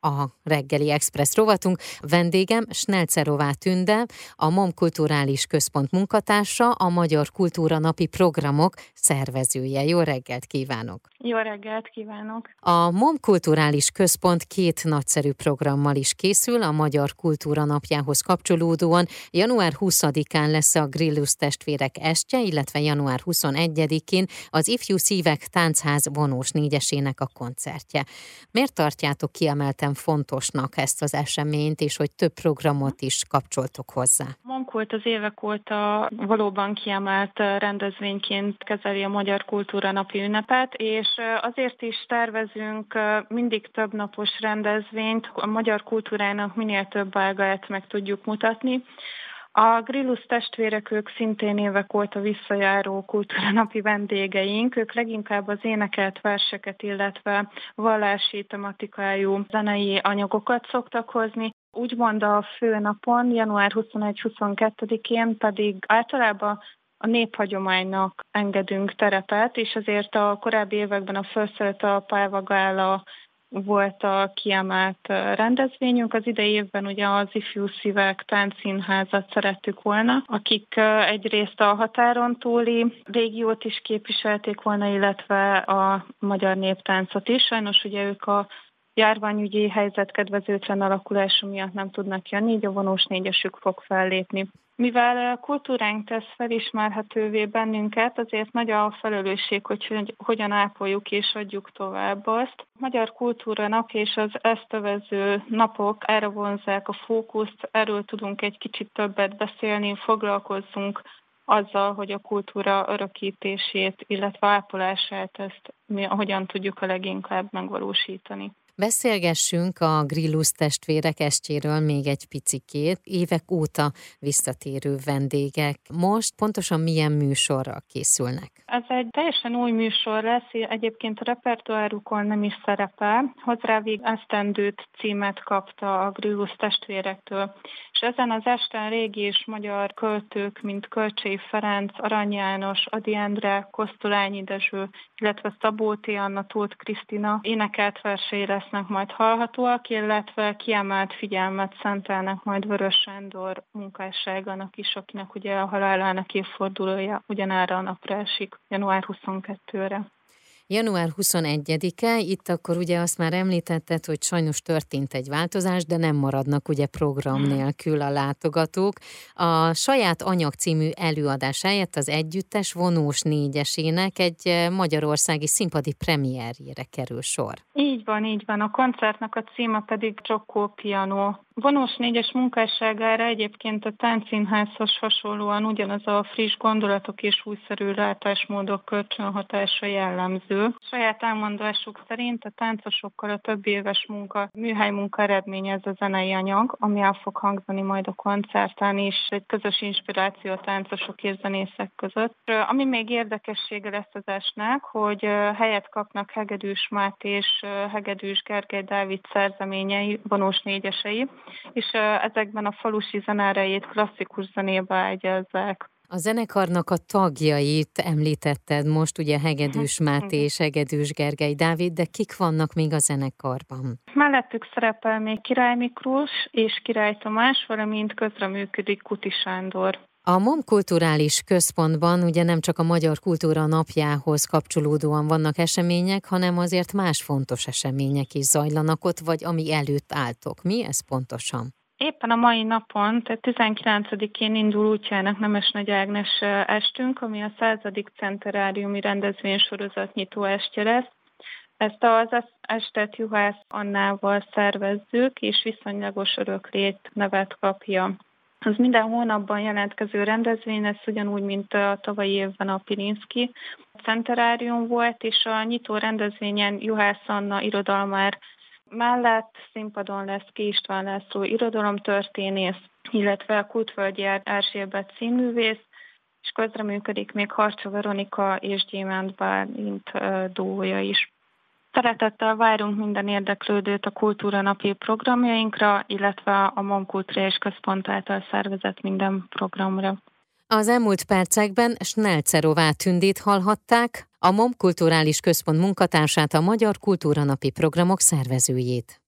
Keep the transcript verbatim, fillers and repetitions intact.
a reggeli Express rovatunk. Vendégem Snelcerová Tünde, a MOM Kulturális Központ munkatársa, a Magyar Kultúra Napi programok szervezője. Jó reggelt kívánok! Jó reggelt kívánok! A MOM Kulturális Központ két nagyszerű programmal is készül, a Magyar Kultúra Napjához kapcsolódóan. január huszadikán lesz a Grillus testvérek estje, illetve január huszonegyedikén az Ifjú Szívek Táncház vonós négyesének a koncertje. Miért tartjátok kiemelten fontosnak ezt az eseményt, és hogy több programot is kapcsoltok hozzá? MOM-kult az évek óta valóban kiemelt rendezvényként kezeli a Magyar Kultúra Napi ünnepet, és azért is tervezünk mindig több napos rendezvényt, a magyar kultúrának minél több ágát meg tudjuk mutatni. A Grillus testvérek, ők szintén évek óta visszajáró kultúranapi vendégeink, ők leginkább az énekelt verseket, illetve vallási tematikájú zenei anyagokat szoktak hozni. Úgymond a főnapon, január huszonegy-huszonkettedikén pedig általában a néphagyománynak engedünk terepet, és azért a korábbi években a Fölszölt a Pálva Gála volt a kiemelt rendezvényünk. Az idei évben ugye az Ifjú Szívek Táncszínházat szerettük volna, akik egyrészt a határon túli régiót is képviselték volna, illetve a magyar néptáncot is. Sajnos ugye ők a járványügyi helyzet kedvezőtlen alakulása miatt nem tudnak jönni, így a vonós négyesük fog fellépni. Mivel kultúránk tesz felismerhetővé bennünket, azért nagy a felelősség, hogy hogyan ápoljuk és adjuk tovább azt. A Magyar Kultúra Nap és az ezt övező napok erre vonzzák a fókuszt, erről tudunk egy kicsit többet beszélni, foglalkozzunk azzal, hogy a kultúra örökítését, illetve ápolását ezt mi hogyan tudjuk a leginkább megvalósítani. Beszélgessünk a Grillus testvérek estjéről még egy picikét. Évek óta visszatérő vendégek. Most pontosan milyen műsorral készülnek? Ez egy teljesen új műsor lesz, egyébként a repertoárukon nem is szerepel. Hozrávig esztendőt címet kapta a Grillus testvérektől, és ezen az esten régi és magyar költők, mint Kölcsey Ferenc, Arany János, Ady Endre, Kosztolányi Dezső, illetve Szabó T. Anna, Tóth Krisztina énekelt versei lesznek majd hallhatóak, illetve kiemelt figyelmet szentelnek majd Vörös Sándor munkásságának is, akinek ugye a halálának évfordulója ugyanára a napra esik, január huszonkettedikére. január huszonegyedike, itt akkor ugye azt már említetted, hogy sajnos történt egy változás, de nem maradnak ugye program nélkül a látogatók. A Saját Anyag című előadás helyett az együttes vonós négyesének egy magyarországi színpadi premierjére kerül sor. Így van, így van. A koncertnek a címe pedig Csokkó Piano. Vonós négyes munkásságára egyébként a Táncszínházhoz hasonlóan ugyanaz a friss gondolatok és újszerű látásmódok kölcsönhatása jellemző. Saját elmondásuk szerint a táncosokkal a több éves munka, műhely munka eredménye ez a zenei anyag, ami el fog hangzani majd a koncerten is, egy közös inspiráció a táncosok és zenészek között. Ami még érdekessége lesz az esnek, hogy helyet kapnak Hegedűs Máté és Hegedűs Gergely Dávid szerzeményei, vonós négyesei, és ezekben a falusi zenerejét klasszikus zenébe ágyazzák. A zenekarnak a tagjait említetted most, ugye Hegedűs Máté és Hegedűs Gergely Dávid, de kik vannak még a zenekarban? Mellettük szerepel még Király Miklós és Király Tamás, valamint közreműködik Kuti Sándor. A MOM Kulturális Központban ugye nem csak a Magyar Kultúra Napjához kapcsolódóan vannak események, hanem azért más fontos események is zajlanak ott, vagy ami előtt álltok. Mi ez pontosan? Éppen a mai napon, tehát tizenkilencedikén indul útjának Nemesnegy Ágnes estünk, ami a századik centenáriumi rendezvénysorozat nyitó estje lesz. Ezt az estet Juhász Annával szervezzük, és viszonylagos öröklét nevet kapja. Az minden hónapban jelentkező rendezvény lesz, ugyanúgy, mint a tavalyi évben a Pilinszki Centenárium volt, és a nyitó rendezvényen Juhász Anna irodalmár mellett színpadon lesz K. István László irodalomtörténész, illetve Kútvölgyi Erzsébet színművész, és közreműködik még Harcsa Veronika és Gyémánt Bálint duója is. Szeretettel várunk minden érdeklődőt a Kultúra Napi programjainkra, illetve a MOM Kulturális Központ által szervezett minden programra. Az elmúlt percekben Snelcerová Tündét hallhatták, a MOM Kulturális Központ munkatársát, a Magyar Kultúra Napi programok szervezőjét.